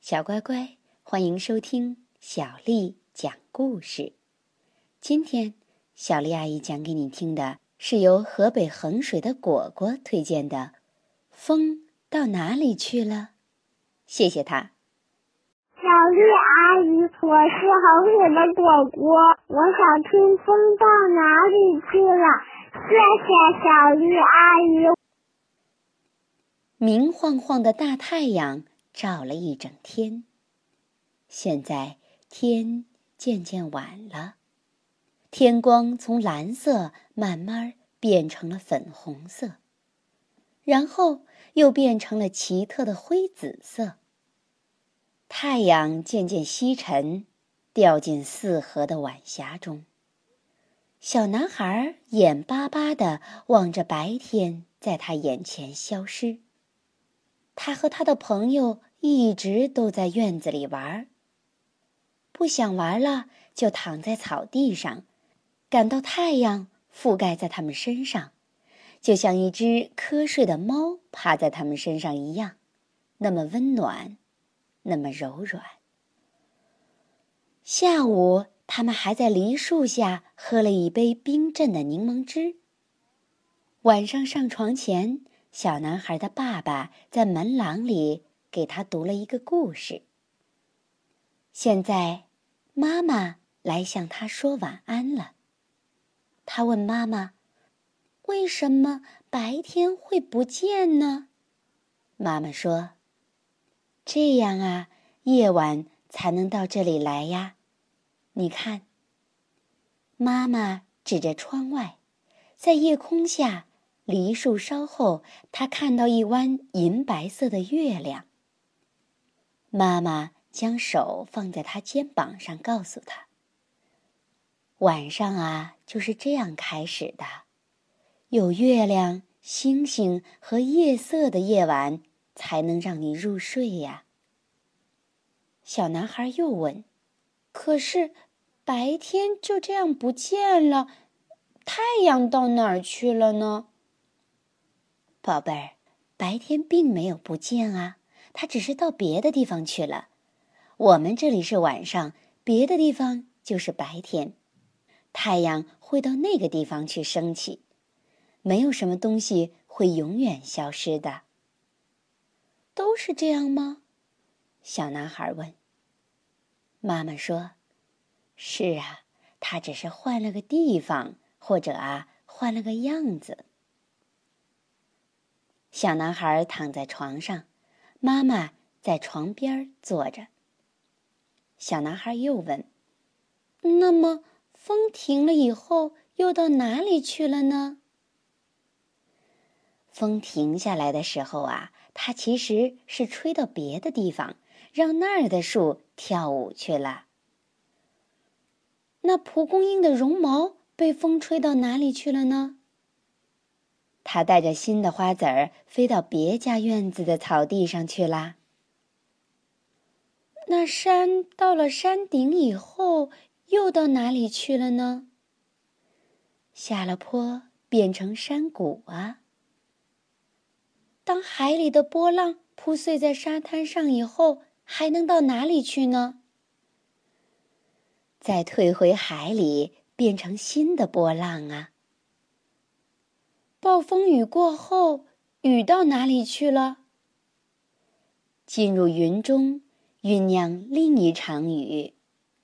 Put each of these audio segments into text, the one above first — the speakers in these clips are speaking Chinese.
小乖乖，欢迎收听小丽讲故事。今天，小丽阿姨讲给你听的是由河北衡水的果果推荐的《风到哪里去了》。谢谢她。 小丽阿姨，我是衡水的果果，我想听风到哪里去了。谢谢小丽阿姨。 明晃晃的大太阳照了一整天，现在天渐渐晚了，天光从蓝色慢慢变成了粉红色，然后又变成了奇特的灰紫色。太阳渐渐西沉，掉进四合的晚霞中。小男孩眼巴巴地望着白天在他眼前消失。他和他的朋友一直都在院子里玩，不想玩了就躺在草地上，感到太阳覆盖在他们身上，就像一只瞌睡的猫趴在他们身上一样，那么温暖，那么柔软。下午，他们还在梨树下喝了一杯冰镇的柠檬汁。晚上上床前，小男孩的爸爸在门廊里给他读了一个故事。现在，妈妈来向他说晚安了。他问妈妈：“为什么白天会不见呢？”妈妈说：“这样啊，夜晚才能到这里来呀。你看。”妈妈指着窗外，在夜空下，梨树梢后，她看到一弯银白色的月亮。妈妈将手放在她肩膀上，告诉她：“晚上啊，就是这样开始的。有月亮、星星和夜色的夜晚，才能让你入睡呀。”小男孩又问：“可是白天就这样不见了，太阳到哪儿去了呢？”宝贝儿，白天并没有不见啊，它只是到别的地方去了。我们这里是晚上，别的地方就是白天。太阳会到那个地方去升起，没有什么东西会永远消失的。都是这样吗？小男孩问。妈妈说：“是啊，它只是换了个地方，或者换了个样子。”小男孩躺在床上，妈妈在床边坐着。小男孩又问：“那么风停了以后，又到哪里去了呢？”风停下来的时候它其实是吹到别的地方，让那儿的树跳舞去了。那蒲公英的绒毛被风吹到哪里去了呢？它带着新的花籽儿飞到别家院子的草地上去啦。那山到了山顶以后，又到哪里去了呢？下了坡变成山谷啊。当海里的波浪铺碎在沙滩上以后，还能到哪里去呢？再退回海里，变成新的波浪啊。暴风雨过后，雨到哪里去了？进入云中，酝酿另一场雨。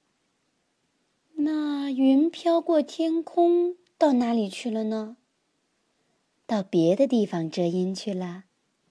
那云飘过天空，到哪里去了呢？到别的地方遮阴去了。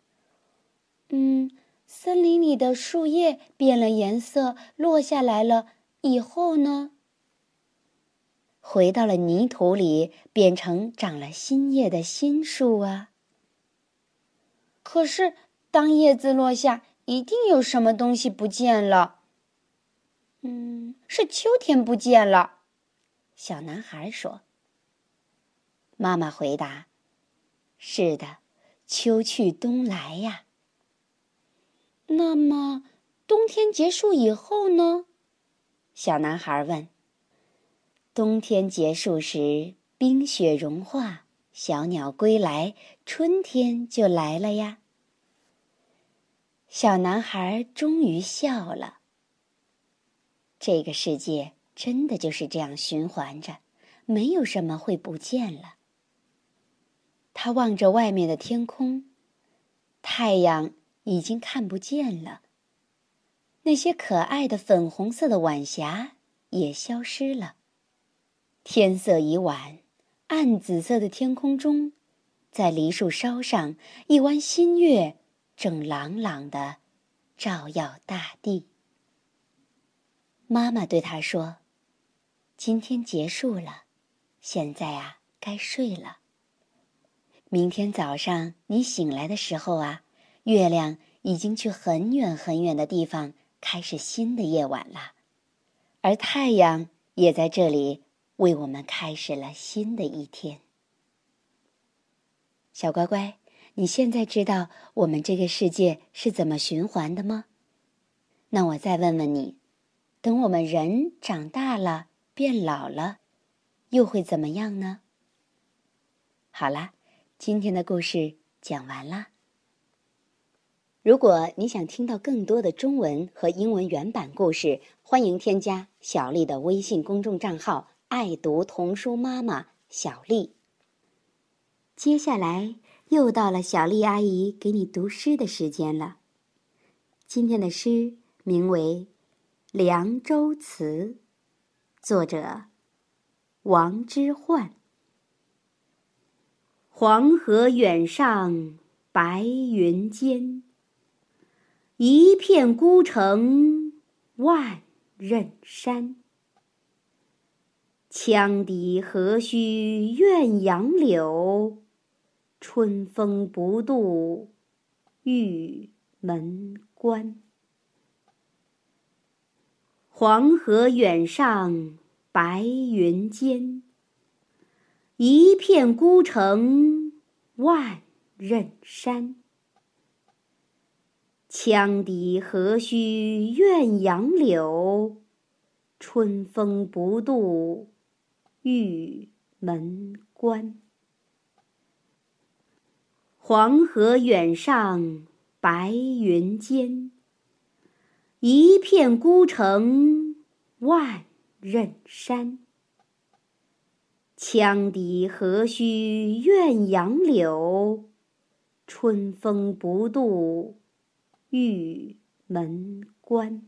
森林里的树叶变了颜色，落下来了，以后呢？回到了泥土里，变成长了新叶的新树啊。可是，当叶子落下，一定有什么东西不见了。是秋天不见了。小男孩说。妈妈回答：“是的，秋去冬来呀。”那么，冬天结束以后呢？小男孩问。冬天结束时，冰雪融化，小鸟归来，春天就来了呀。 小男孩终于笑了。这个世界真的就是这样循环着，没有什么会不见了。他望着外面的天空，太阳已经看不见了，那些可爱的粉红色的晚霞也消失了。天色已晚，暗紫色的天空中，在梨树梢上，一弯新月正朗朗地照耀大地。妈妈对他说：“今天结束了，现在该睡了。明天早上你醒来的时候月亮已经去很远很远的地方开始新的夜晚了，而太阳也在这里为我们开始了新的一天。”小乖乖，你现在知道我们这个世界是怎么循环的吗？那我再问问你，等我们人长大了，变老了，又会怎么样呢？好啦，今天的故事讲完啦。如果你想听到更多的中文和英文原版故事，欢迎添加小丽的微信公众账号“爱读童书妈妈小丽”。接下来又到了小丽阿姨给你读诗的时间了。今天的诗名为《凉州词》，作者王之涣。黄河远上白云间，一片孤城万仞山。羌笛何须怨杨柳，春风不度玉门关。黄河远上白云间，一片孤城万仞山。羌笛何须怨杨柳，春风不度玉门关。黄河远上白云间，一片孤城万仞山。羌笛何须怨杨柳，春风不度玉门关。